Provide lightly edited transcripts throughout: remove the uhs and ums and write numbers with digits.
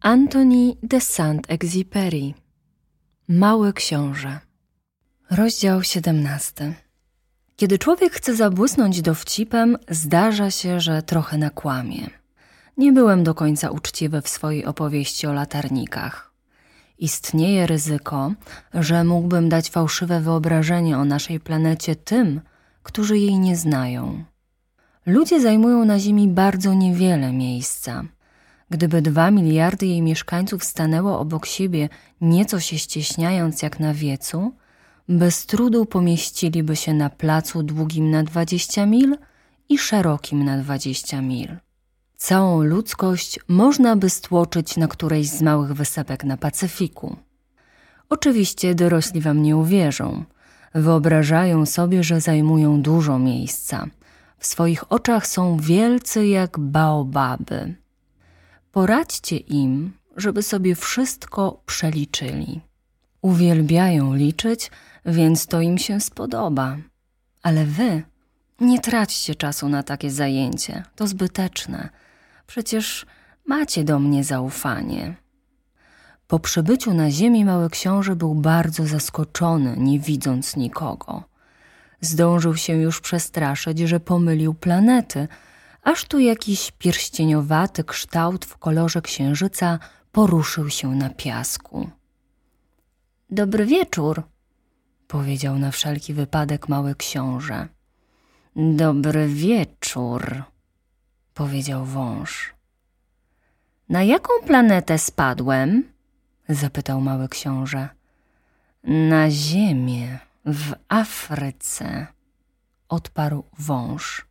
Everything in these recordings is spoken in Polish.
Antoni de Saint-Exupéry. Mały książę. Rozdział 17. Kiedy człowiek chce zabłysnąć dowcipem, zdarza się, że trochę nakłamie. Nie byłem do końca uczciwy w swojej opowieści o latarnikach. Istnieje ryzyko, że mógłbym dać fałszywe wyobrażenie o naszej planecie tym, którzy jej nie znają. Ludzie zajmują na Ziemi bardzo niewiele miejsca. Gdyby 2 miliardy jej mieszkańców stanęło obok siebie, nieco się ścieśniając jak na wiecu, bez trudu pomieściliby się na placu długim na 20 mil i szerokim na 20 mil. Całą ludzkość można by stłoczyć na którejś z małych wysepek na Pacyfiku. Oczywiście dorośli wam nie uwierzą. Wyobrażają sobie, że zajmują dużo miejsca. W swoich oczach są wielcy jak baobaby. Poradźcie im, żeby sobie wszystko przeliczyli. Uwielbiają liczyć, więc to im się spodoba. Ale wy nie traćcie czasu na takie zajęcie, to zbyteczne. Przecież macie do mnie zaufanie. Po przybyciu na ziemi mały książę był bardzo zaskoczony, nie widząc nikogo. Zdążył się już przestraszyć, że pomylił planety, aż tu jakiś pierścieniowaty kształt w kolorze księżyca poruszył się na piasku. Dobry wieczór, powiedział na wszelki wypadek mały książę. Dobry wieczór, powiedział wąż. Na jaką planetę spadłem? Zapytał mały książę. Na Ziemię, w Afryce, odparł wąż.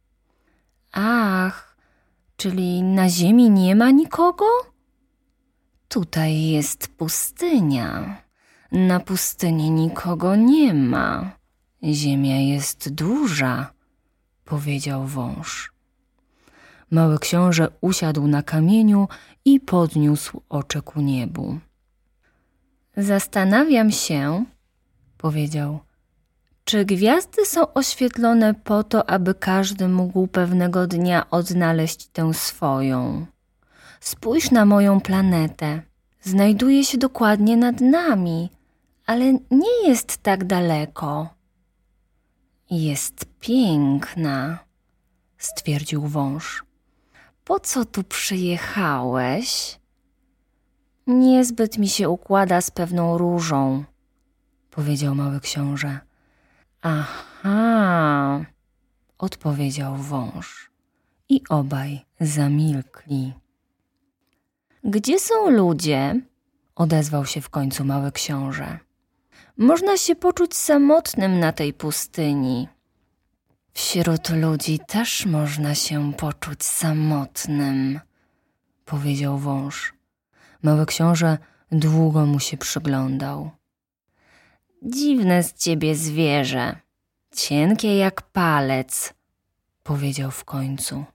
Ach, czyli na Ziemi nie ma nikogo? Tutaj jest pustynia. Na pustyni nikogo nie ma. Ziemia jest duża, powiedział wąż. Mały książę usiadł na kamieniu i podniósł oczy ku niebu. Zastanawiam się, powiedział, czy gwiazdy są oświetlone po to, aby każdy mógł pewnego dnia odnaleźć tę swoją. Spójrz na moją planetę. Znajduje się dokładnie nad nami, ale nie jest tak daleko. Jest piękna, stwierdził wąż. Po co tu przyjechałeś? Niezbyt mi się układa z pewną różą, powiedział mały książę. Aha, odpowiedział wąż i obaj zamilkli. Gdzie są ludzie? Odezwał się w końcu mały książę. Można się poczuć samotnym na tej pustyni. Wśród ludzi też można się poczuć samotnym, powiedział wąż. Mały książę długo mu się przyglądał. Dziwne z ciebie zwierzę, cienkie jak palec, powiedział w końcu.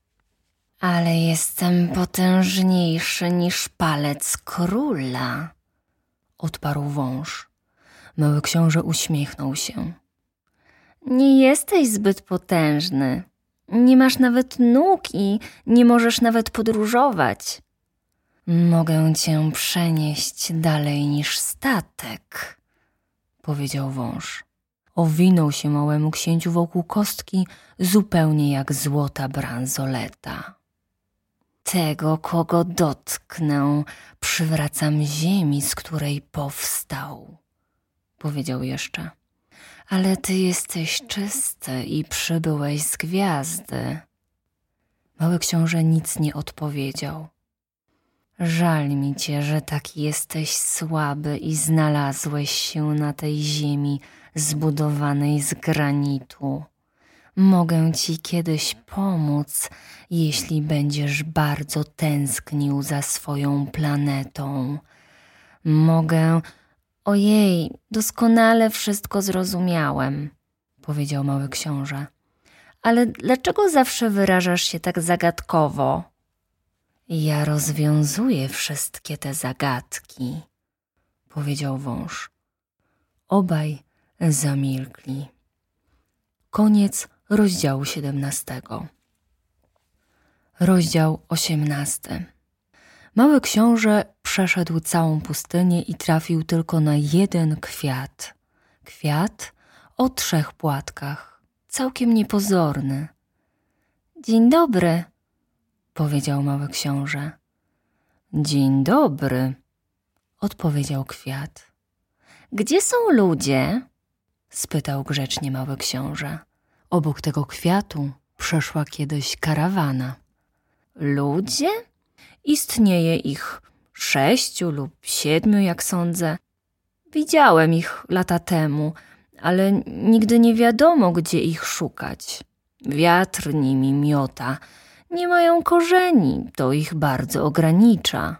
Ale jestem potężniejszy niż palec króla, odparł wąż. Mały książę uśmiechnął się. Nie jesteś zbyt potężny. Nie masz nawet nóg i nie możesz nawet podróżować. Mogę cię przenieść dalej niż statek, powiedział wąż. Owinął się małemu księciu wokół kostki zupełnie jak złota bransoleta. Tego, kogo dotknę, przywracam ziemi, z której powstał, powiedział jeszcze. Ale ty jesteś czysty i przybyłeś z gwiazdy. Mały książę nic nie odpowiedział. Żal mi cię, że taki jesteś słaby i znalazłeś się na tej ziemi zbudowanej z granitu. Mogę ci kiedyś pomóc, jeśli będziesz bardzo tęsknił za swoją planetą. Mogę... Ojej, doskonale wszystko zrozumiałem, powiedział mały książę. Ale dlaczego zawsze wyrażasz się tak zagadkowo? Ja rozwiązuję wszystkie te zagadki, powiedział wąż. Obaj zamilkli. Koniec rozdziału 17. Rozdział 18. Mały książę przeszedł całą pustynię i trafił tylko na jeden kwiat. Kwiat o 3 płatkach, całkiem niepozorny. Dzień dobry, powiedział mały książę. Dzień dobry, odpowiedział kwiat. Gdzie są ludzie? Spytał grzecznie mały książę. Obok tego kwiatu przeszła kiedyś karawana. Ludzie? Istnieje ich 6 lub 7, jak sądzę. Widziałem ich lata temu, ale nigdy nie wiadomo, gdzie ich szukać. Wiatr nimi miota. Nie mają korzeni, to ich bardzo ogranicza.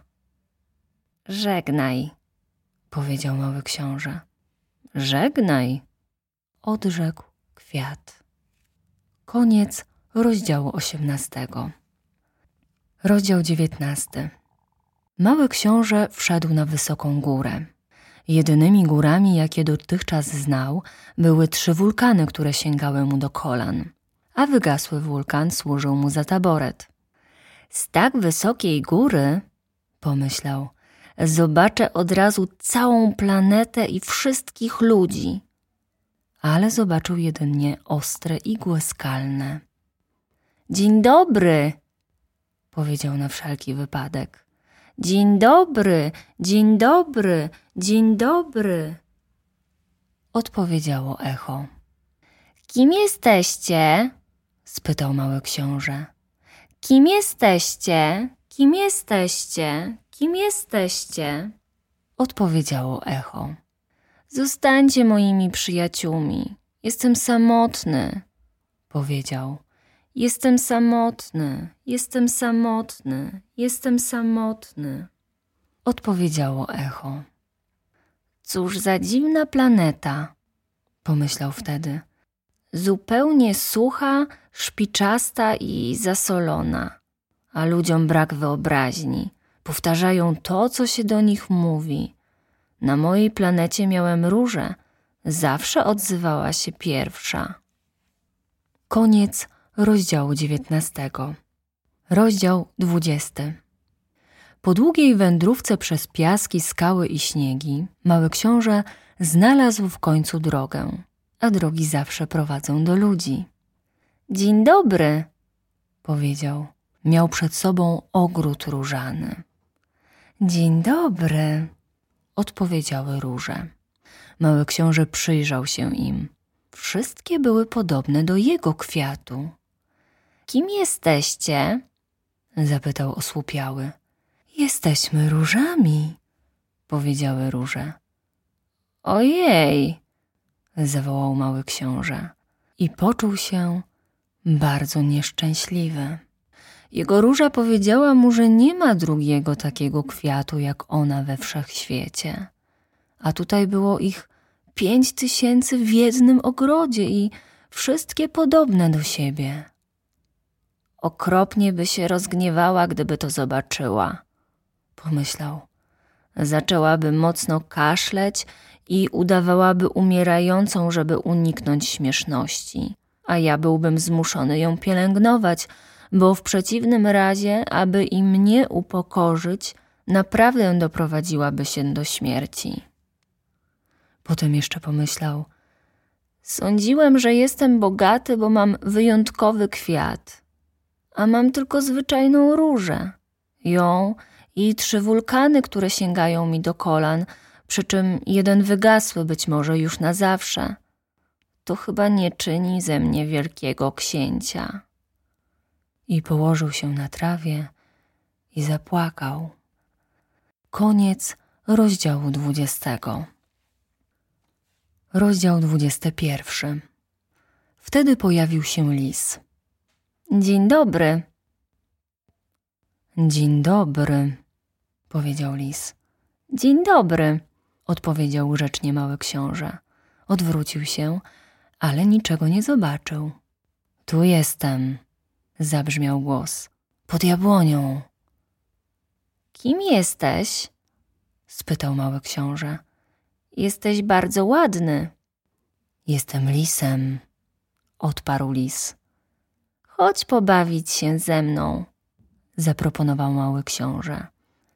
Żegnaj, powiedział mały książę. Żegnaj, odrzekł kwiat. Koniec rozdziału 18. Rozdział 19. Mały książę wszedł na wysoką górę. Jedynymi górami, jakie dotychczas znał, były 3 wulkany, które sięgały mu do kolan, a wygasły wulkan służył mu za taboret. Z tak wysokiej góry, pomyślał, zobaczę od razu całą planetę i wszystkich ludzi. Ale zobaczył jedynie ostre igły skalne. Dzień dobry, powiedział na wszelki wypadek. Dzień dobry, dzień dobry, dzień dobry, odpowiedziało echo. Kim jesteście? Spytał mały książę. Kim jesteście? Kim jesteście? Kim jesteście? Odpowiedziało echo. Zostańcie moimi przyjaciółmi. Jestem samotny, powiedział. Jestem samotny, jestem samotny, jestem samotny, odpowiedziało echo. Cóż za dziwna planeta, pomyślał wtedy. Zupełnie sucha, szpiczasta i zasolona, a ludziom brak wyobraźni. Powtarzają to, co się do nich mówi. Na mojej planecie miałem różę, zawsze odzywała się pierwsza. Koniec rozdziału 19. Rozdział 20. Po długiej wędrówce przez piaski, skały i śniegi, mały książę znalazł w końcu drogę, a drogi zawsze prowadzą do ludzi. Dzień dobry, powiedział. Miał przed sobą ogród różany. Dzień dobry, odpowiedziały róże. Mały książę przyjrzał się im. Wszystkie były podobne do jego kwiatu. Kim jesteście? Zapytał osłupiały. Jesteśmy różami, powiedziały róże. Ojej, zawołał mały książę i poczuł się bardzo nieszczęśliwy. Jego róża powiedziała mu, że nie ma drugiego takiego kwiatu jak ona we wszechświecie. A tutaj było ich 5000 w jednym ogrodzie i wszystkie podobne do siebie. Okropnie by się rozgniewała, gdyby to zobaczyła, pomyślał. Zaczęłaby mocno kaszleć i udawałaby umierającą, żeby uniknąć śmieszności, a ja byłbym zmuszony ją pielęgnować, bo w przeciwnym razie, aby i mnie upokorzyć, naprawdę doprowadziłaby się do śmierci. Potem jeszcze pomyślał, sądziłem, że jestem bogaty, bo mam wyjątkowy kwiat, a mam tylko zwyczajną różę. Ją i 3 wulkany, które sięgają mi do kolan, przy czym jeden wygasły być może już na zawsze. To chyba nie czyni ze mnie wielkiego księcia. I położył się na trawie i zapłakał. Koniec rozdziału 20. Rozdział 21. Wtedy pojawił się lis. Dzień dobry. Dzień dobry, powiedział lis. Dzień dobry, odpowiedział grzecznie mały książę. Odwrócił się, ale niczego nie zobaczył. Tu jestem, zabrzmiał głos. Pod jabłonią. Kim jesteś? Spytał mały książę. Jesteś bardzo ładny. Jestem lisem, odparł lis. Chodź pobawić się ze mną, zaproponował mały książę.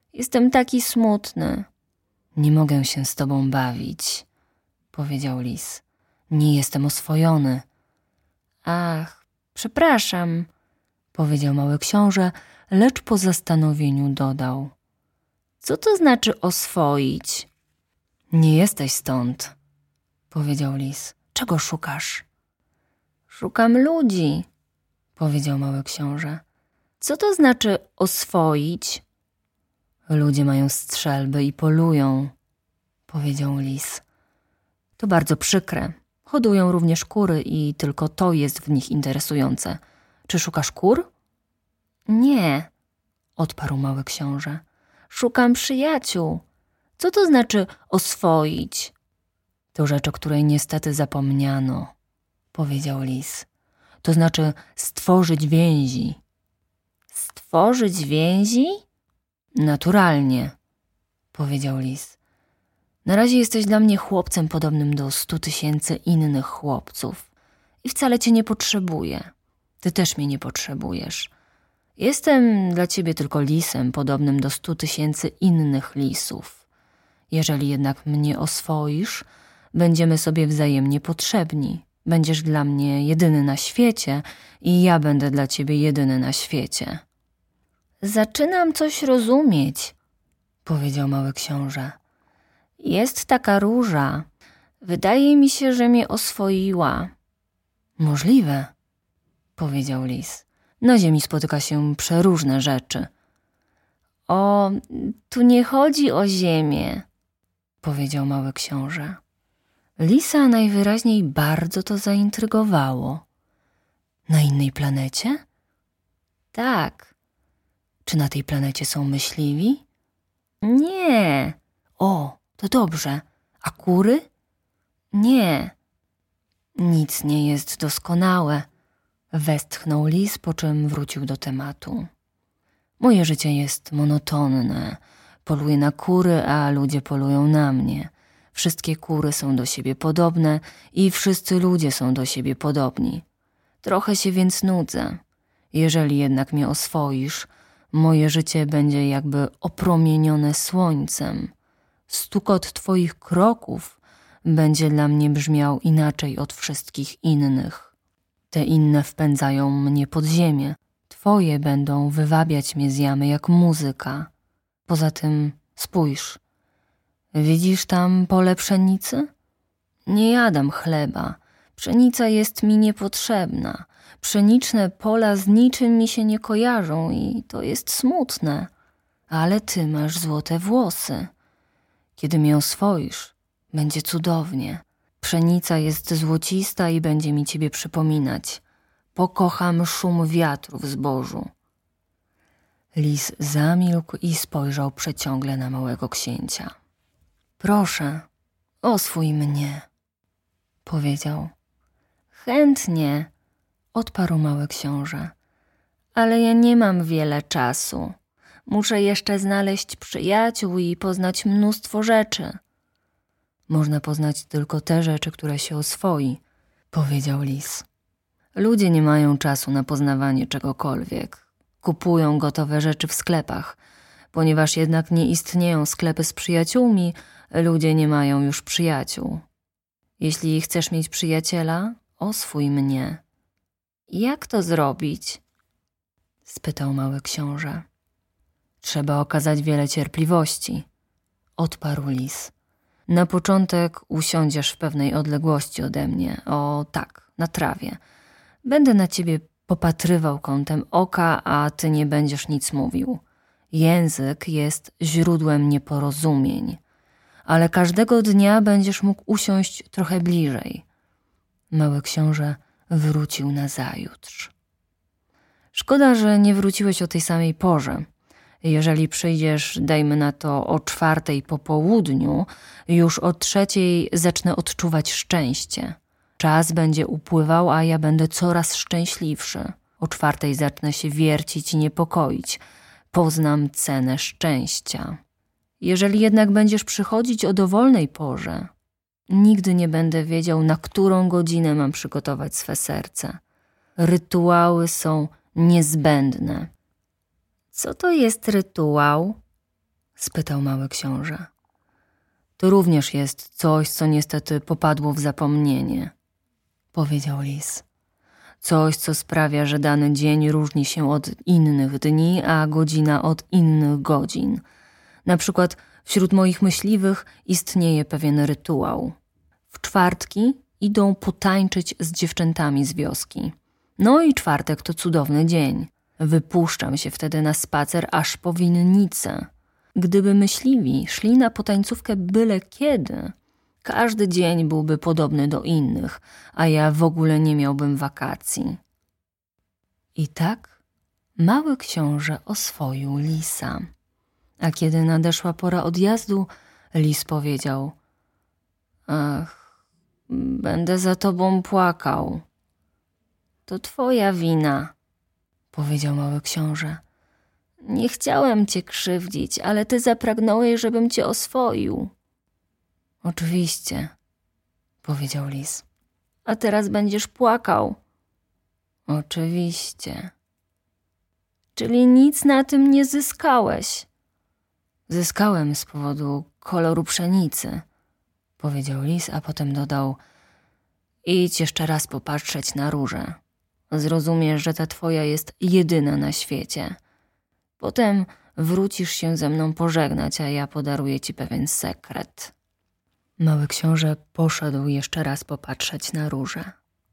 Jestem taki smutny. Nie mogę się z tobą bawić, powiedział lis. Nie jestem oswojony. Ach, przepraszam, powiedział mały książę, lecz po zastanowieniu dodał. Co to znaczy oswoić? Nie jesteś stąd, powiedział lis. Czego szukasz? Szukam ludzi, powiedział mały książę. Co to znaczy oswoić? Ludzie mają strzelby i polują, powiedział lis. To bardzo przykre. Hodują również kury i tylko to jest w nich interesujące. Czy szukasz kur? Nie, odparł mały książę. Szukam przyjaciół. Co to znaczy oswoić? To rzecz, o której niestety zapomniano, powiedział lis. To znaczy stworzyć więzi. Stworzyć więzi? Naturalnie, powiedział lis. Na razie jesteś dla mnie chłopcem podobnym do 100 000 innych chłopców i wcale cię nie potrzebuję. Ty też mnie nie potrzebujesz. Jestem dla ciebie tylko lisem podobnym do 100 000 innych lisów. Jeżeli jednak mnie oswoisz, będziemy sobie wzajemnie potrzebni. Będziesz dla mnie jedyny na świecie i ja będę dla ciebie jedyny na świecie. Zaczynam coś rozumieć, powiedział mały książę. Jest taka róża. Wydaje mi się, że mnie oswoiła. Możliwe, powiedział lis. Na ziemi spotyka się przeróżne rzeczy. O, tu nie chodzi o ziemię, powiedział mały książę. Lisa najwyraźniej bardzo to zaintrygowało. Na innej planecie? Tak. Czy na tej planecie są myśliwi? Nie. O, to dobrze. A kury? Nie. Nic nie jest doskonałe. Westchnął lis, po czym wrócił do tematu. Moje życie jest monotonne. Poluję na kury, a ludzie polują na mnie. Wszystkie kury są do siebie podobne i wszyscy ludzie są do siebie podobni. Trochę się więc nudzę. Jeżeli jednak mnie oswoisz, moje życie będzie jakby opromienione słońcem. Stukot twoich kroków będzie dla mnie brzmiał inaczej od wszystkich innych. Te inne wpędzają mnie pod ziemię. Twoje będą wywabiać mnie z jamy jak muzyka. Poza tym spójrz. Widzisz tam pole pszenicy? Nie jadam chleba. Pszenica jest mi niepotrzebna. Pszeniczne pola z niczym mi się nie kojarzą i to jest smutne. Ale ty masz złote włosy. Kiedy mnie oswoisz, będzie cudownie. Pszenica jest złocista i będzie mi ciebie przypominać. Pokocham szum wiatru w zbożu. Lis zamilkł i spojrzał przeciągle na małego księcia. Proszę, oswój mnie, powiedział. Chętnie, odparł mały książę. Ale ja nie mam wiele czasu. Muszę jeszcze znaleźć przyjaciół i poznać mnóstwo rzeczy. Można poznać tylko te rzeczy, które się oswoi, powiedział lis. Ludzie nie mają czasu na poznawanie czegokolwiek. Kupują gotowe rzeczy w sklepach. Ponieważ jednak nie istnieją sklepy z przyjaciółmi, ludzie nie mają już przyjaciół. Jeśli chcesz mieć przyjaciela, oswój mnie. Jak to zrobić? Spytał mały książę. Trzeba okazać wiele cierpliwości, odparł lis. Na początek usiądziesz w pewnej odległości ode mnie, o tak, na trawie. Będę na ciebie popatrywał kątem oka, a ty nie będziesz nic mówił. Język jest źródłem nieporozumień, ale każdego dnia będziesz mógł usiąść trochę bliżej. Mały książę wrócił nazajutrz. Szkoda, że nie wróciłeś o tej samej porze. Jeżeli przyjdziesz, dajmy na to o 4:00 po południu, już o 3:00 zacznę odczuwać szczęście. Czas będzie upływał, a ja będę coraz szczęśliwszy. O 4:00 zacznę się wiercić i niepokoić. Poznam cenę szczęścia. Jeżeli jednak będziesz przychodzić o dowolnej porze, nigdy nie będę wiedział, na którą godzinę mam przygotować swe serce. Rytuały są niezbędne. Co to jest rytuał? spytał mały książę. To również jest coś, co niestety popadło w zapomnienie, powiedział lis. Coś, co sprawia, że dany dzień różni się od innych dni, a godzina od innych godzin. Na przykład wśród moich myśliwych istnieje pewien rytuał. W czwartki idą potańczyć z dziewczętami z wioski. No i czwartek to cudowny dzień. Wypuszczam się wtedy na spacer aż po winnicę. Gdyby myśliwi szli na potańcówkę byle kiedy, każdy dzień byłby podobny do innych, a ja w ogóle nie miałbym wakacji. I tak mały książę oswoił lisa. A kiedy nadeszła pora odjazdu, lis powiedział: Ach, będę za tobą płakał. To twoja wina, powiedział mały książę. Nie chciałem cię krzywdzić, ale ty zapragnąłeś, żebym cię oswoił. Oczywiście, powiedział lis. A teraz będziesz płakał. Oczywiście. Czyli nic na tym nie zyskałeś. Zyskałem z powodu koloru pszenicy, powiedział lis, a potem dodał: idź jeszcze raz popatrzeć na różę. Zrozumiesz, że ta twoja jest jedyna na świecie. Potem wrócisz się ze mną pożegnać, a ja podaruję ci pewien sekret. Mały książę poszedł jeszcze raz popatrzeć na różę.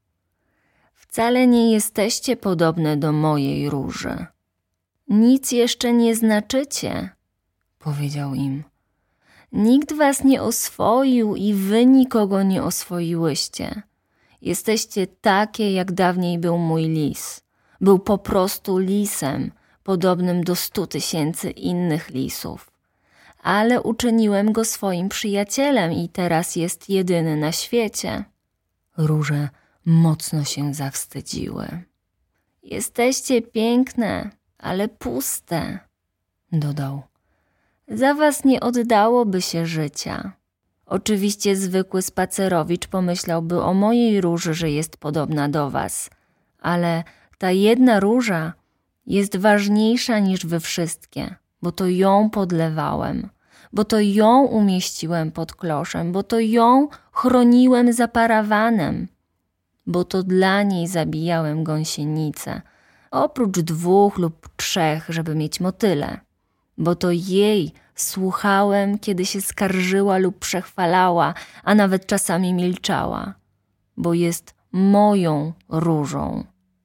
Wcale nie jesteście podobne do mojej róży. Nic jeszcze nie znaczycie, powiedział im. Nikt was nie oswoił i wy nikogo nie oswoiłyście. Jesteście takie, jak dawniej był mój lis. Był po prostu lisem, podobnym do 100 000 innych lisów. Ale uczyniłem go swoim przyjacielem i teraz jest jedyny na świecie. Róże mocno się zawstydziły. Jesteście piękne, ale puste, dodał. Za was nie oddałoby się życia. Oczywiście zwykły spacerowicz pomyślałby o mojej róży, że jest podobna do was, ale ta jedna róża jest ważniejsza niż wy wszystkie, bo to ją podlewałem, bo to ją umieściłem pod kloszem, bo to ją chroniłem za parawanem, bo to dla niej zabijałem gąsienicę, oprócz 2 lub 3, żeby mieć motyle, bo to jej słuchałem, kiedy się skarżyła lub przechwalała, a nawet czasami milczała, bo jest moją różą.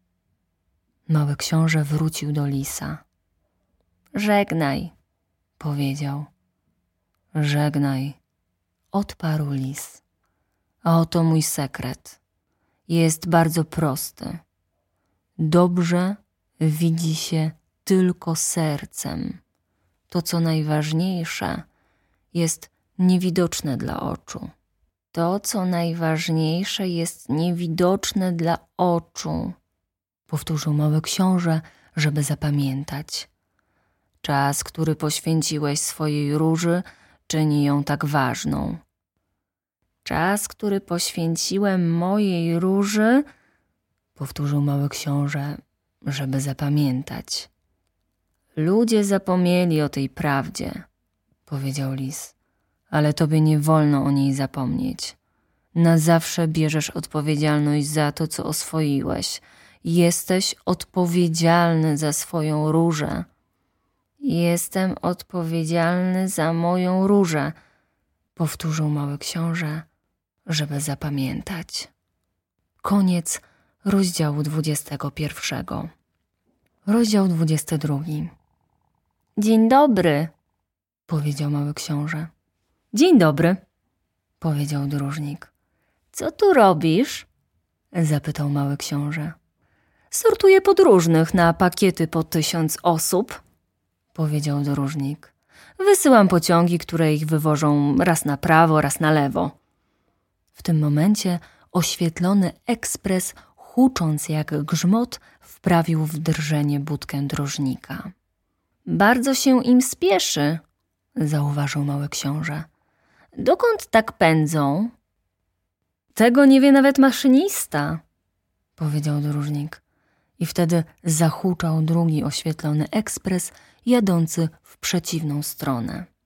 Mały książę wrócił do lisa. Żegnaj, powiedział. Żegnaj, odparł lis. A oto mój sekret. Jest bardzo prosty. Dobrze widzi się tylko sercem. To, co najważniejsze, jest niewidoczne dla oczu. To, co najważniejsze, jest niewidoczne dla oczu, powtórzył mały książę, żeby zapamiętać. Czas, który poświęciłeś swojej róży, czyni ją tak ważną. Czas, który poświęciłem mojej róży, powtórzył mały książę, żeby zapamiętać. Ludzie zapomnieli o tej prawdzie, powiedział lis, ale tobie nie wolno o niej zapomnieć. Na zawsze bierzesz odpowiedzialność za to, co oswoiłeś. Jesteś odpowiedzialny za swoją różę. Jestem odpowiedzialny za moją różę, powtórzył mały książę, żeby zapamiętać. Koniec rozdziału 21. Rozdział 22. Dzień dobry, powiedział mały książę. Dzień dobry, powiedział dróżnik. Co tu robisz? Zapytał mały książę. Sortuję podróżnych na pakiety po 1000 osób, powiedział dróżnik. Wysyłam pociągi, które ich wywożą raz na prawo, raz na lewo. W tym momencie oświetlony ekspres, hucząc jak grzmot, wprawił w drżenie budkę dróżnika. Bardzo się im spieszy, zauważył mały książę. Dokąd tak pędzą? Tego nie wie nawet maszynista, powiedział dróżnik. I wtedy zahuczał drugi oświetlony ekspres jadący w przeciwną stronę.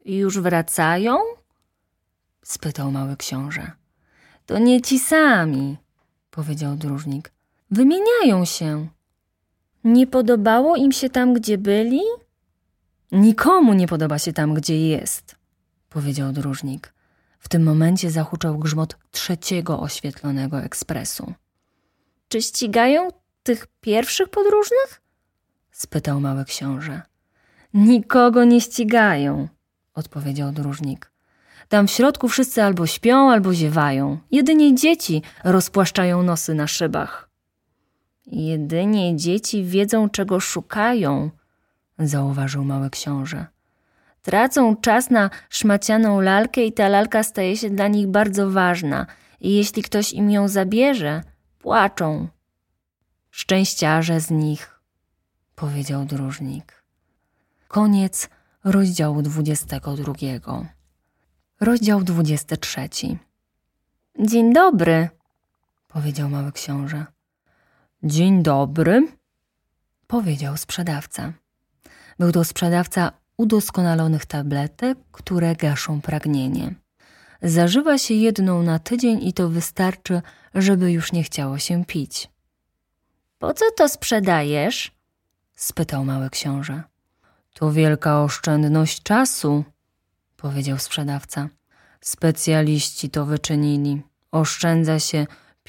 Już wracają? Spytał mały książę. To nie ci sami, powiedział dróżnik. Wymieniają się. Nie podobało im się tam, gdzie byli? Nikomu nie podoba się tam, gdzie jest, powiedział dróżnik. W tym momencie zahuczał grzmot 3. oświetlonego ekspresu. Czy ścigają tych pierwszych podróżnych? Spytał mały książę. Nikogo nie ścigają, odpowiedział dróżnik. Tam w środku wszyscy albo śpią, albo ziewają. Jedynie dzieci rozpłaszczają nosy na szybach. Jedynie dzieci wiedzą, czego szukają, zauważył mały książę. Tracą czas na szmacianą lalkę i ta lalka staje się dla nich bardzo ważna. I jeśli ktoś im ją zabierze, płaczą. Szczęściarze z nich, powiedział dróżnik. Koniec rozdziału 22. Rozdział 23. Dzień dobry, powiedział mały książę. Dzień dobry, powiedział sprzedawca. Był to sprzedawca udoskonalonych tabletek, które gaszą pragnienie. Zażywa się 1 na tydzień i to wystarczy, żeby już nie chciało się pić. Po co to sprzedajesz? Spytał mały książę. To wielka oszczędność czasu, powiedział sprzedawca. Specjaliści to wyczynili. Oszczędza się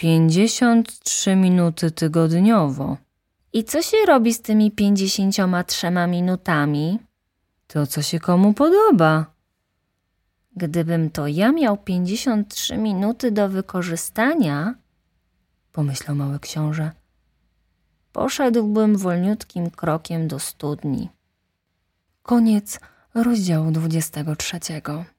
53 minuty tygodniowo. I co się robi z tymi 53 minutami? To, co się komu podoba. Gdybym to ja miał 53 minuty do wykorzystania, pomyślał mały książę, poszedłbym wolniutkim krokiem do studni. Koniec rozdziału 23.